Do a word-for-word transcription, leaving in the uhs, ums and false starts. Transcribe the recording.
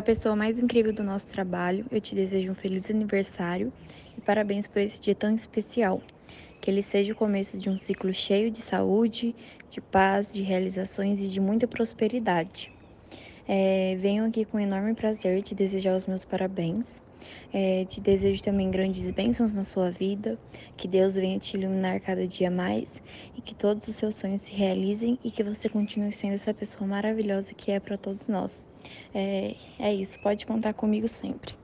pessoa mais incrível do nosso trabalho, eu te desejo um feliz aniversário e parabéns por esse dia tão especial. Que ele seja o começo de um ciclo cheio de saúde, de paz, de realizações e de muita prosperidade. É, venho aqui com enorme prazer te desejar os meus parabéns. É, te desejo também grandes bênçãos na sua vida, que Deus venha te iluminar cada dia mais e que todos os seus sonhos se realizem e que você continue sendo essa pessoa maravilhosa que é para todos nós. É, é isso, pode contar comigo sempre.